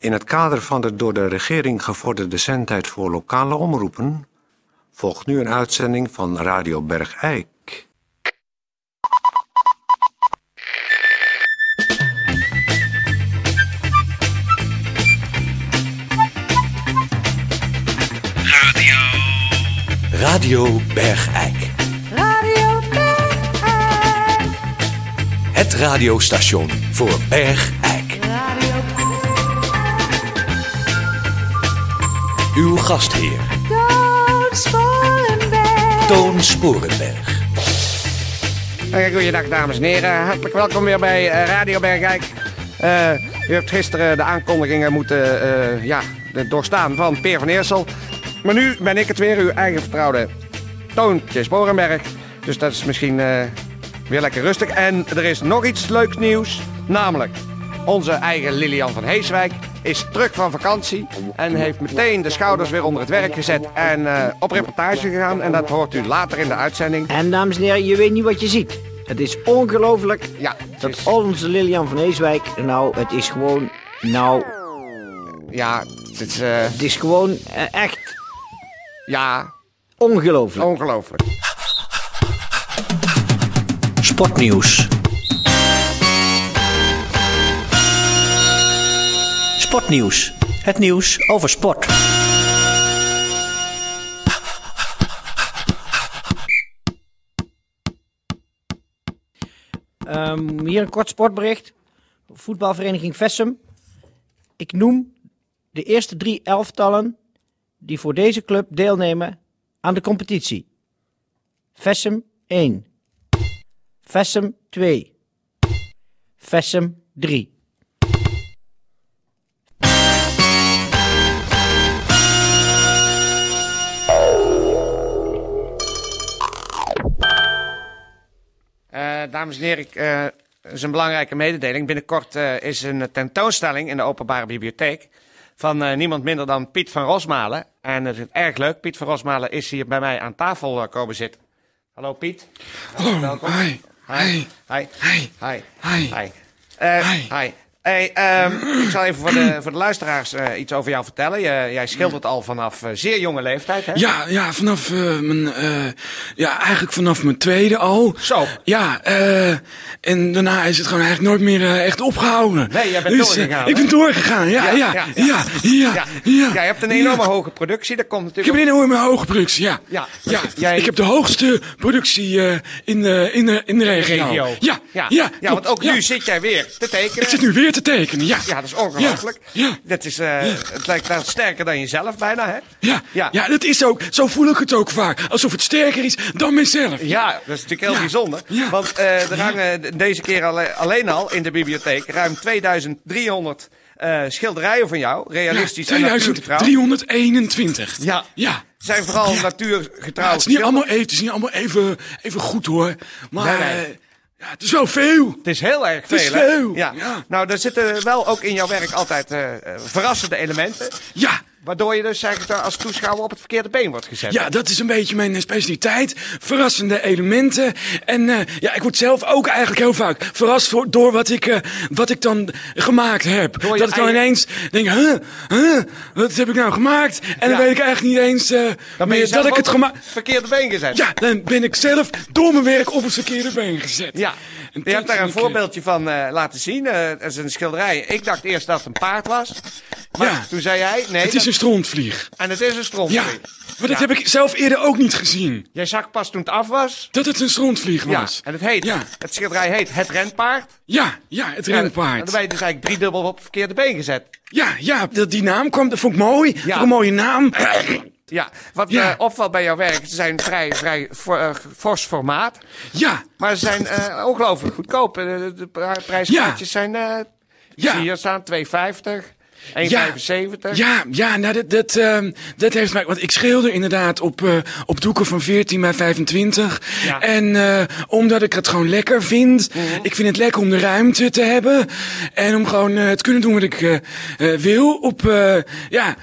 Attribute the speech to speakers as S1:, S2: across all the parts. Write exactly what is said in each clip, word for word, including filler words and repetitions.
S1: In het kader van de door de regering gevorderde zendtijd voor lokale omroepen volgt nu een uitzending van Radio Bergijk.
S2: Radio. Radio Bergijk.
S3: Radio Bergijk.
S2: Het radiostation voor Bergijk.
S3: Radio
S2: Uw gastheer.
S3: Toon Sporenberg.
S2: Toon Sporenberg.
S4: Goeiedag dames en heren, hartelijk welkom weer bij uh, Radio Bergijk. Uh, u hebt gisteren de aankondigingen moeten uh, ja, doorstaan van Peer van Eersel. Maar nu ben ik het weer, uw eigen vertrouwde Toontje Sporenberg. Dus dat is misschien uh, weer lekker rustig. En er is nog iets leuks nieuws, namelijk onze eigen Lilian van Heeswijk is terug van vakantie en heeft meteen de schouders weer onder het werk gezet en uh, op reportage gegaan. En dat hoort u later in de uitzending.
S5: En dames en heren, je weet niet wat je ziet. Het is ongelooflijk
S4: Ja,
S5: dat
S4: het is,
S5: onze Lilian van Heeswijk, nou, het is gewoon, nou,
S4: ja, het is, uh,
S5: het is gewoon uh, echt
S4: ja,
S5: ongelooflijk.
S4: ongelooflijk.
S2: Sportnieuws. Sportnieuws. Het nieuws over sport.
S5: Um, hier een kort sportbericht. Voetbalvereniging Vessem. Ik noem de eerste drie elftallen die voor deze club deelnemen aan de competitie. Vessem één. Vessem twee. Vessem drie.
S4: Uh, dames en heren, ik, uh, dat is een belangrijke mededeling. Binnenkort uh, is een tentoonstelling in de Openbare Bibliotheek van uh, niemand minder dan Piet van Rosmalen. En het is erg leuk. Piet van Rosmalen is hier bij mij aan tafel uh, komen zitten. Hallo Piet.
S6: Hallo,
S4: welkom.
S6: hi.
S4: Hi.
S6: Hi.
S4: Hi.
S6: Hi.
S4: Hi.
S6: Hi.
S4: Hi. Uh,
S6: Hi.
S4: hi. Hey, um, ik zal even voor de, voor de luisteraars uh, iets over jou vertellen. Je, jij schildert al vanaf uh, zeer jonge leeftijd, hè?
S6: Ja, ja, vanaf uh, mijn, uh, ja, eigenlijk vanaf mijn tweede al.
S4: Zo.
S6: Ja, uh, en daarna is het gewoon eigenlijk nooit meer uh, echt opgehouden.
S4: Nee, jij bent
S6: dus,
S4: doorgegaan,
S6: uh,
S4: hè?
S6: Ik ben doorgegaan, ja, ja, ja, ja, ja. ja,
S4: ja.
S6: ja.
S4: Jij hebt een enorme
S6: ja.
S4: hoge productie, dat komt
S6: Ik heb
S4: natuurlijk...
S6: een enorme hoge productie, ja.
S4: Ja.
S6: ja.
S4: Jij-
S6: Ik heb de hoogste productie uh, in, de, in, de, in de regio.
S4: regio.
S6: Ja,
S4: Ja,
S6: ja,
S4: ja, want ook
S6: ja.
S4: nu zit jij weer te tekenen.
S6: Ik zit nu weer te tekenen, ja.
S4: Ja, dat is ongelooflijk.
S6: Ja, ja.
S4: Dat is, uh, Het lijkt wel sterker dan jezelf bijna, hè?
S6: Ja,
S4: Ja.
S6: ja. dat is ook. Zo voel ik het ook vaak. Alsof het sterker is dan mijzelf.
S4: Ja, dat is natuurlijk heel
S6: Ja.
S4: bijzonder.
S6: Ja.
S4: Want uh, er hangen deze keer alle- alleen al in de bibliotheek ruim tweeduizend driehonderd uh, schilderijen van jou. Realistisch en natuurgetrouw.
S6: tweeduizend driehonderdeenentwintig.
S4: Ja.
S6: Ja.
S4: Het zijn vooral
S6: Ja.
S4: natuurgetrouw.
S6: Ja, het is niet allemaal even, het is niet allemaal even, even goed hoor. Maar
S4: Nee, nee.
S6: eh, ja, het is wel veel.
S4: Het is heel erg veel,
S6: is
S4: hè?
S6: veel,
S4: Ja.
S6: ja.
S4: Nou, er zitten wel ook in jouw werk altijd uh, uh, verrassende elementen.
S6: Ja.
S4: Waardoor je dus eigenlijk als toeschouwer op het verkeerde been wordt gezet.
S6: Ja, dat is een beetje mijn eh, specialiteit. Verrassende elementen. En uh, ja, ik word zelf ook eigenlijk heel vaak verrast voor, door wat ik, uh, wat ik dan gemaakt heb.
S4: Door je
S6: Dat ik dan
S4: eigen-
S6: ineens denk, huh, huh, wat heb ik nou gemaakt? En
S4: Ja.
S6: dan weet ik eigenlijk niet eens uh,
S4: Dan ben je
S6: meer
S4: zelf
S6: dat ik
S4: ook
S6: het
S4: op
S6: gemaakt...
S4: het verkeerde been gezet.
S6: Ja, dan ben ik zelf door mijn werk op het verkeerde been gezet.
S4: Ja,
S6: En
S4: je hebt
S6: dat
S4: daar een
S6: vind ik,
S4: voorbeeldje van uh, laten zien. Uh, dat is een schilderij. Ik dacht eerst dat het een paard was. Maar
S6: Ja.
S4: toen zei jij, nee,
S6: Het is
S4: dat-
S6: een strontvlieg.
S4: en het is een strontvlieg.
S6: Ja, maar dat
S4: Ja.
S6: heb ik zelf eerder ook niet gezien.
S4: Jij zag pas toen het af was.
S6: Dat het een strontvlieg
S4: Ja,
S6: was.
S4: en het heet,
S6: Ja.
S4: het schilderij heet Het Renpaard.
S6: Ja, ja, het
S4: En
S6: renpaard.
S4: dan ben je dus eigenlijk driedubbel op het verkeerde been gezet.
S6: Ja, ja, dat, die naam kwam, dat vond ik mooi.
S4: Ja.
S6: Voor een mooie naam.
S4: Ja, wat
S6: Ja.
S4: eh, opvalt bij jouw werk, ze zijn vrij, vrij for- eh, fors formaat.
S6: Ja,
S4: Maar ze zijn eh, ongelooflijk goedkoop. Eh, De, de pri- prijskaartjes zijn, eh
S6: Ja.
S4: zie je hier staan, twee vijftig. één
S6: Ja.
S4: vijfenzeventig.
S6: ja, ja, nou dat, dat, ehm, dat heeft mij... Want ik schilder inderdaad op, eh, op doeken van veertien bij vijfentwintig.
S4: Ja.
S6: En eh, omdat ik het gewoon lekker vind. Ik vind het lekker om de ruimte te hebben. En om gewoon eh, te kunnen doen wat ik eh, eh, wil. Op, eh, ja,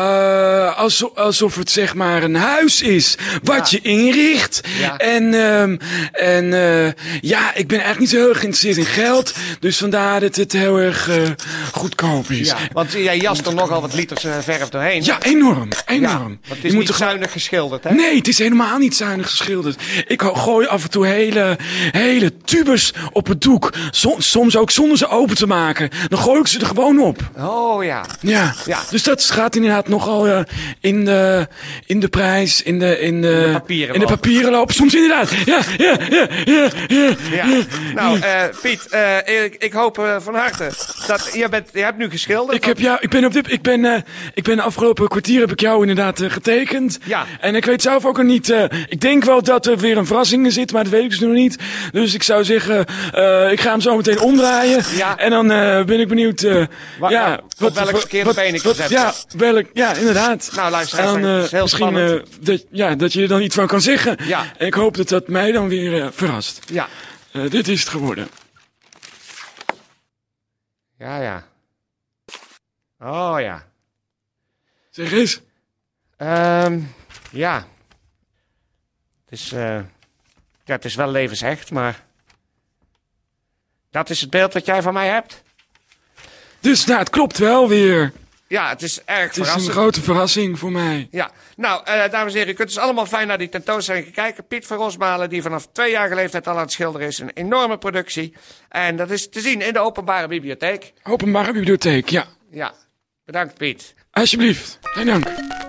S6: eh, alsof, alsof het zeg maar een huis is. Wat
S4: Ja.
S6: je inricht.
S4: Ja.
S6: En, ehm, en eh, ja, ik ben eigenlijk niet zo heel erg geïnteresseerd in geld. Dus vandaar dat het heel erg eh, goedkoop is.
S4: Ja, want Want jij jast er nogal wat liters uh, verf doorheen.
S6: Ja, enorm,
S4: Ja,
S6: enorm.
S4: want het is
S6: Je moet
S4: niet
S6: er gewoon-
S4: zuinig geschilderd, hè?
S6: Nee, het is helemaal niet zuinig geschilderd. Ik ho- gooi af en toe hele, hele tubes op het doek. Som- soms ook zonder ze open te maken. Dan gooi ik ze er gewoon op.
S4: Oh ja.
S6: Ja,
S4: Ja.
S6: dus dat gaat inderdaad nogal uh, in, de, in de prijs, in de, in de,
S4: de papieren
S6: in de
S4: loop.
S6: papieren lopen. Soms inderdaad. Ja, ja, ja, ja, ja.
S4: Ja. Nou, uh, Piet, uh, ik, ik hoop uh, van harte dat je bent. Je hebt nu geschilderd.
S6: Ik heb jou, ik ben op dit, ik ben, uh, ik ben de afgelopen kwartier heb ik jou inderdaad uh, getekend.
S4: Ja.
S6: En ik weet zelf ook nog niet, uh, ik denk wel dat er weer een verrassing in zit, maar dat weet ik dus nog niet. Dus ik zou zeggen, uh, ik ga hem zo meteen omdraaien.
S4: Ja.
S6: En dan uh, ben ik benieuwd, uh,
S4: Wa-
S6: ja.
S4: op welk verkeerde been ik gezet
S6: Ja,
S4: heb.
S6: welk, ja, inderdaad.
S4: Nou, luister
S6: En
S4: even,
S6: dan, uh,
S4: het is heel
S6: misschien,
S4: spannend.
S6: uh, dat, ja, dat je er dan iets van kan zeggen.
S4: Ja.
S6: En ik hoop dat dat mij dan weer uh, verrast.
S4: Ja.
S6: Uh, dit is het geworden.
S4: Ja, ja. Oh ja.
S6: Zeg eens.
S4: Um, ja. Het is, uh, ja, het is wel levensecht, maar dat is het beeld wat jij van mij hebt.
S6: Dus, nou, het klopt wel weer.
S4: Ja, het is erg
S6: Het is een
S4: verrassend.
S6: grote verrassing voor mij.
S4: Ja, nou, uh, dames en heren, u kunt dus allemaal fijn naar die tentoonstelling kijken. Piet van Rosmalen, die vanaf tweejarige leeftijd al aan het schilderen is. Een enorme productie. En dat is te zien in de openbare bibliotheek.
S6: Openbare bibliotheek, ja.
S4: Ja, bedankt Piet.
S6: Alsjeblieft. Geen dank.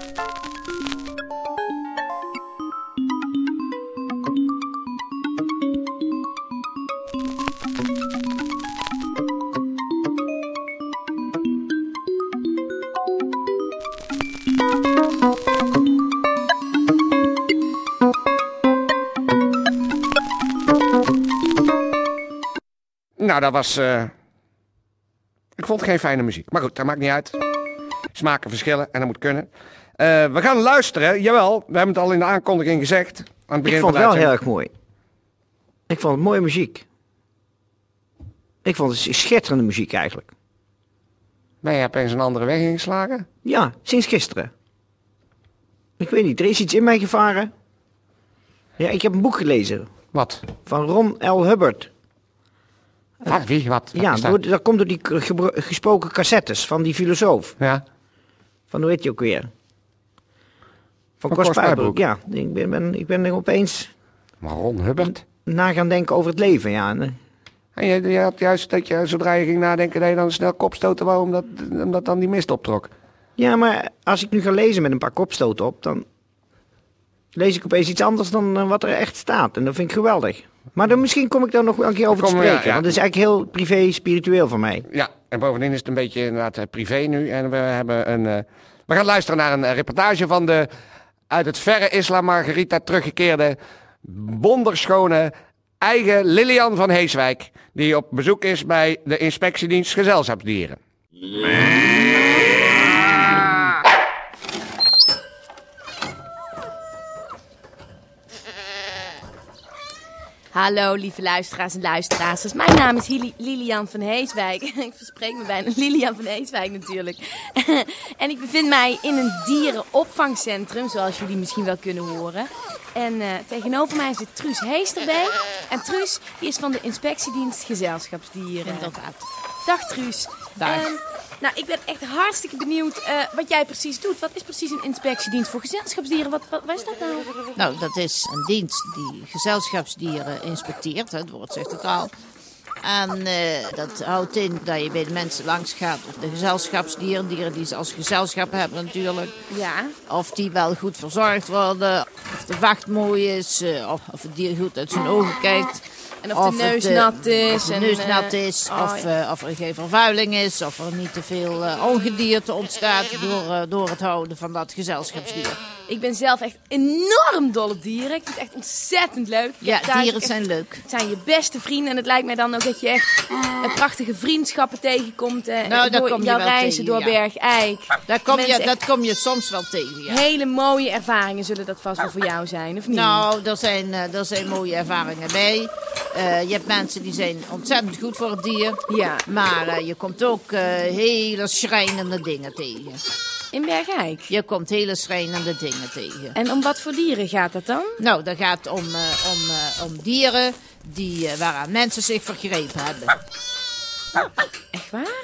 S4: Nou, dat was... Uh... Ik vond het geen fijne muziek. Maar goed, dat maakt niet uit. Smaken verschillen en dat moet kunnen. Uh, we gaan luisteren. Jawel, we hebben het al in de aankondiging gezegd. Aan het begin
S5: Ik vond
S4: van
S5: het
S4: de
S5: wel heel
S4: uitzending.
S5: erg mooi. Ik vond het mooie muziek. Ik vond het schitterende muziek eigenlijk.
S4: Ben je opeens een andere weg ingeslagen?
S5: Ja, sinds gisteren. Ik weet niet, er is iets in mij gevaren. Ja, ik heb een boek gelezen
S4: Wat?
S5: van Ron L. Hubbard.
S4: Wat? Wie? Wat? Wat
S5: Ja,
S4: is dat?
S5: door, dat komt door die gebro- gesproken cassettes van die filosoof.
S4: Ja.
S5: Van hoe heet die ook weer? Van,
S4: Van
S5: Cor
S4: Cor
S5: Spuitbroek.
S4: Spuitbroek.
S5: Ja, ik ben, ben, ik ben er opeens
S4: Maar Ron Hubbard?
S5: na gaan denken over het leven. Ja. En, eh,
S4: En je, je had juist dat je, zodra je ging nadenken, dat je dan snel kopstoten wou, omdat, omdat dan die mist optrok.
S5: ja, maar als ik nu ga lezen met een paar kopstoten op, dan lees ik opeens iets anders dan eh, wat er echt staat. En dat vind ik geweldig. Maar dan, misschien kom ik daar nog wel een keer over te
S4: Kom, ja,
S5: spreken.
S4: ja.
S5: Want dat is eigenlijk heel privé, spiritueel voor mij.
S4: Ja, en bovendien is het een beetje inderdaad eh, privé nu. En we hebben een... eh, we gaan luisteren naar een eh, reportage van de uit het verre Isla Margarita teruggekeerde, wonderschone, eigen Lilian van Heeswijk, die op bezoek is bij de Inspectiedienst Gezelschapsdieren.
S7: Hallo lieve luisteraars en luisteraars. Mijn naam is Hili- Lilian van Heeswijk. Ik verspreek me bijna Lilian van Heeswijk natuurlijk. En ik bevind mij in een dierenopvangcentrum, zoals jullie misschien wel kunnen horen. En uh, tegenover mij zit Truus Heesterbeen. En Truus die is van de Inspectiedienst Gezelschapsdieren.
S8: Inderdaad.
S7: Dag Truus.
S8: Dag.
S7: Ehm, nou, ik ben echt hartstikke benieuwd uh, wat jij precies doet. Wat is precies een inspectiedienst voor gezelschapsdieren? Wat, wat, wat is dat nou?
S8: Nou, dat is een dienst die gezelschapsdieren inspecteert. Hè, het woord zegt het al. En uh, dat houdt in dat je bij de mensen langs gaat. Of de gezelschapsdieren, dieren die ze als gezelschap hebben natuurlijk.
S7: Ja.
S8: Of die wel goed verzorgd worden. Of de vacht mooi is. Uh, of, of het dier goed uit zijn ogen kijkt.
S7: En of, of de neus
S8: het, uh,
S7: nat is.
S8: Of de
S7: en,
S8: neus
S7: uh,
S8: nat is.
S7: oh,
S8: of, uh, of er geen vervuiling is. Of er niet te veel uh, ongedierte ontstaat door, uh, door het houden van dat gezelschapsdier.
S7: Ik ben zelf echt enorm dol op dieren. Ik vind het echt ontzettend leuk. Ik
S8: Ja,
S7: heb thuis
S8: dieren
S7: echt-
S8: zijn leuk.
S7: Het zijn je beste vrienden. En het lijkt mij dan ook dat je echt uh, prachtige vriendschappen tegenkomt. Uh,
S8: Nou, daar
S7: door
S8: kom je
S7: jouw
S8: wel
S7: reizen
S8: tegen,
S7: door
S8: ja.
S7: Bergijk.
S8: Daar kom, je,
S7: Mensen
S8: dat kom je soms wel tegen, ja.
S7: Hele mooie ervaringen zullen dat vast wel voor jou zijn, of niet?
S8: Nou, er zijn, uh, er zijn mooie ervaringen bij. Uh, je hebt mensen die zijn ontzettend goed voor het dier.
S7: Ja.
S8: Maar uh, je komt ook uh, hele schrijnende dingen tegen.
S7: In Bergijk.
S8: Je komt hele schrijnende dingen tegen.
S7: En om wat voor dieren gaat dat dan?
S8: Nou, dat gaat om, uh, om, uh, om dieren die, uh, waaraan mensen zich vergrepen hebben.
S7: Echt waar?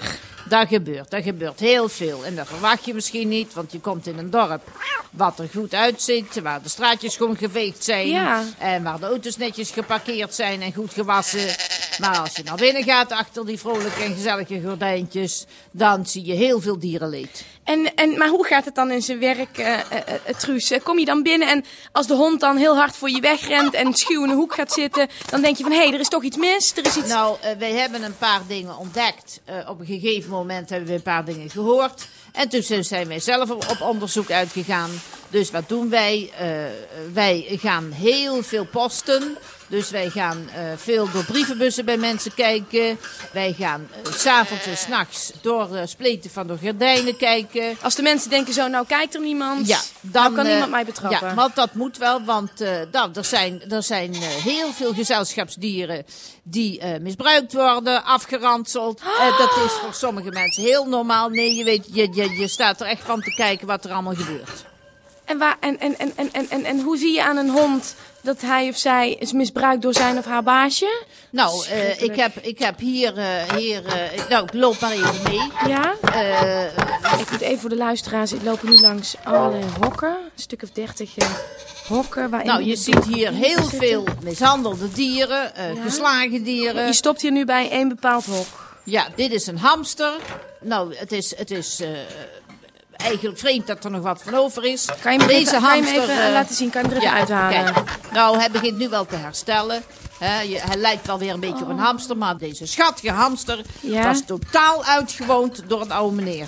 S8: Dat gebeurt, dat gebeurt heel veel. En dat verwacht je misschien niet, want je komt in een dorp wat er goed uitziet, waar de straatjes schoongeveegd zijn.
S7: Ja.
S8: En waar de auto's netjes geparkeerd zijn en goed gewassen. Maar als je naar binnen gaat achter die vrolijke en gezellige gordijntjes, dan zie je heel veel dierenleed.
S7: En, en, maar hoe gaat het dan in zijn werk, uh, uh, uh, Truus? Uh, Kom je dan binnen en als de hond dan heel hard voor je wegrent en schuw in de hoek gaat zitten, dan denk je van, hé, hey, er is toch iets mis, er is iets...
S8: Nou, uh, wij hebben een paar dingen ontdekt. Uh, op een gegeven moment hebben we een paar dingen gehoord. En toen zijn wij zelf op, op onderzoek uitgegaan. Dus wat doen wij? Uh, wij gaan heel veel posten. Dus wij gaan uh, veel door brievenbussen bij mensen kijken. Wij gaan uh, 's avonds en 's nachts door uh, spleten van de gordijnen kijken.
S7: Als de mensen denken zo, nou kijkt er niemand,
S8: Ja, dan
S7: nou kan
S8: uh,
S7: niemand mij betrappen.
S8: Ja, want dat moet wel, want uh, nou, er zijn, er zijn uh, heel veel gezelschapsdieren die uh, misbruikt worden, afgeranseld. Uh, dat is voor sommige mensen heel normaal. Nee, je weet, je, je, je staat er echt van te kijken wat er allemaal gebeurt.
S7: En, waar, en, en, en, en, en, en, en hoe zie je aan een hond dat hij of zij is misbruikt door zijn of haar baasje?
S8: Nou, uh, ik, heb, ik heb hier, uh, hier uh, nou, ik loop maar even mee.
S7: Ja?
S8: Uh,
S7: Ik moet even voor de luisteraars, ik loop nu langs allerlei hokken. Een stuk of dertig uh, hokken. Waarin
S8: nou, je ziet hier heel veel mishandelde dieren, uh,
S7: Ja.
S8: geslagen dieren.
S7: Je stopt hier nu bij één bepaald hok.
S8: Ja, dit is een hamster. Nou, het is, het is uh, eigenlijk vreemd dat er nog wat van over is.
S7: Kan je me
S8: Deze
S7: even, kan je me
S8: hamster,
S7: even uh,
S8: uh,
S7: laten zien? Kan je hem er even
S8: ja,
S7: uithalen?
S8: Kijk, nou, hij begint nu wel te herstellen. He, je, hij lijkt wel weer een beetje op een hamster, maar deze schattige hamster
S7: Ja?
S8: was totaal uitgewoond door een oude meneer.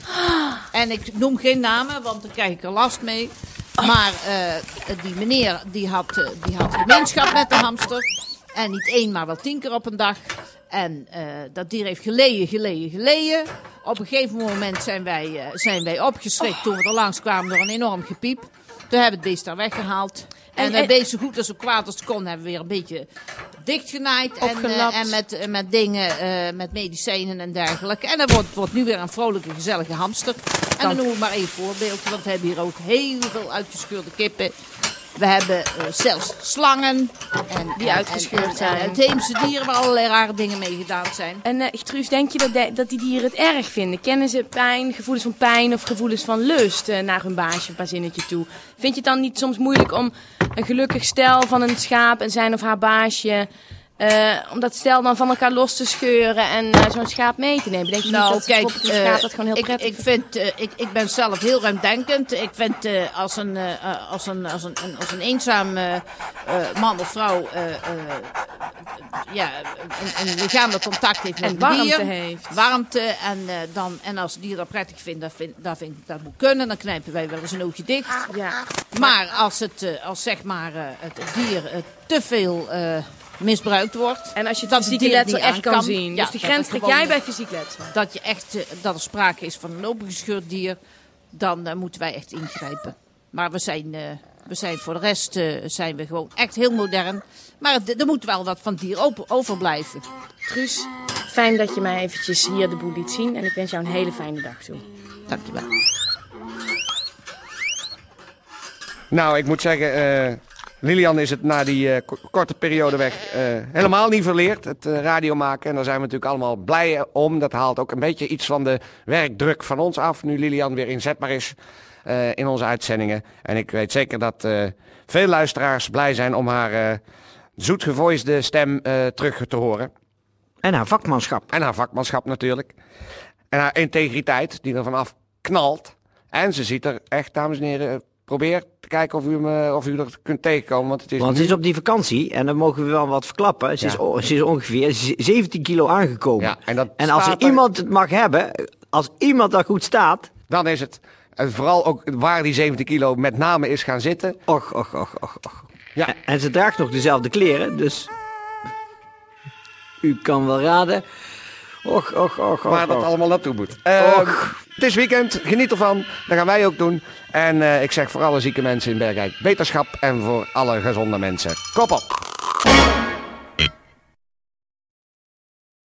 S8: En ik noem geen namen, want dan krijg ik er last mee. Maar uh, die meneer die had, uh, die had gemeenschap met de hamster. En niet één, maar wel tien keer op een dag. En uh, dat dier heeft geleden, geleden, geleden. Op een gegeven moment zijn wij, uh, zijn wij opgeschrikt toen we er langs kwamen door een enorm gepiep. Toen hebben we het beest daar weggehaald. En,
S7: En-
S8: het
S7: en-
S8: beest zo goed als zo kwaad als het kon hebben we weer een beetje dichtgenaaid. En,
S7: Opgelapt.
S8: uh, en met, uh, met dingen, uh, met medicijnen en dergelijke. En dat wordt, wordt nu weer een vrolijke, gezellige hamster. En dan noem ik maar één voorbeeld. Want we hebben hier ook heel veel uitgescheurde kippen. We hebben uh, zelfs slangen. En,
S7: Die
S8: en-
S7: uitgescheurd
S8: en, en,
S7: zijn.
S8: En uitheemse dieren waar allerlei rare dingen mee gedaan zijn.
S7: En uh, Truus, denk je dat, de- dat die dieren het erg vinden? Kennen ze pijn, gevoelens van pijn of gevoelens van lust uh, naar hun baasje, een paar zinnetje toe? Vind je het dan niet soms moeilijk om een gelukkig stel van een schaap en zijn of haar baasje, uh, om dat stel dan van elkaar los te scheuren en uh, zo'n schaap mee te nemen? Denk je
S8: Nou,
S7: niet dat
S8: kijk,
S7: bijvoorbeeld een schaap dat gewoon heel
S8: ik,
S7: prettig
S8: ik, vind, uh, ik, ik ben zelf heel ruimdenkend. Ik vind uh, als, een, uh, als, een, als, een, als een eenzaam uh, uh, man of vrouw uh, uh, ja, een, een lichamelijk contact heeft met
S7: En
S8: een
S7: warmte
S8: dier,
S7: heeft.
S8: warmte en, uh, dan, en als het dier dat prettig vindt, dat, vind, dat, vind, dat moet kunnen, dan knijpen wij wel eens een oogje dicht.
S7: Ja.
S8: Maar als, het, uh, als zeg maar, uh, het dier uh, te veel uh, misbruikt wordt.
S7: En als je het
S8: dat
S7: fysieke
S8: dier het
S7: letsel
S8: niet
S7: echt
S8: aan
S7: kan,
S8: kan.
S7: zien.
S8: Ja,
S7: Dus die
S8: dat
S7: grens
S8: het
S7: trek
S8: gewoon-
S7: jij bij fysiek letsel.
S8: Dat, je echt, uh, dat er sprake is van een opengescheurd dier, dan uh, moeten wij echt ingrijpen. Maar we zijn, uh, we zijn voor de rest uh, zijn we gewoon echt heel modern. Maar het, er moet wel wat van het dier open, overblijven.
S7: Truus, fijn dat je mij eventjes hier de boel liet zien. En ik wens jou een hele fijne dag toe.
S8: Dankjewel.
S4: Nou, ik moet zeggen, uh, Lilian is het na die uh, ko- korte periode weg uh, helemaal niet verleerd, het uh, radio maken. En daar zijn we natuurlijk allemaal blij om. Dat haalt ook een beetje iets van de werkdruk van ons af, nu Lilian weer inzetbaar is uh, in onze uitzendingen. En ik weet zeker dat uh, veel luisteraars blij zijn om haar uh, zoetgevoisde stem uh, terug te horen.
S5: En haar vakmanschap.
S4: En haar vakmanschap natuurlijk. En haar integriteit, die er vanaf knalt. En ze ziet er echt, dames en heren, probeer te kijken of u, hem, of u er kunt tegenkomen. Want het is,
S5: Want
S4: nu...
S5: ze is op die vakantie en dan mogen we wel wat verklappen. Ze,
S4: Ja.
S5: is, o- ze is ongeveer ze- zeventien kilo aangekomen.
S4: Ja, en dat
S5: en als er
S4: staat er-
S5: iemand het mag hebben, als iemand daar goed staat.
S4: Dan is het, en vooral ook waar die zeventien kilo met name is gaan zitten.
S5: Och, och, och, och, och.
S4: Ja.
S5: En, en ze draagt nog dezelfde kleren, dus u kan wel raden. Och, och, och, och.
S4: Waar dat
S5: och.
S4: allemaal naartoe moet. Uh,
S5: Och.
S4: het is weekend, geniet ervan. Dat gaan wij ook doen. En uh, ik zeg voor alle zieke mensen in Bergijk beterschap. En voor alle gezonde mensen, kop op.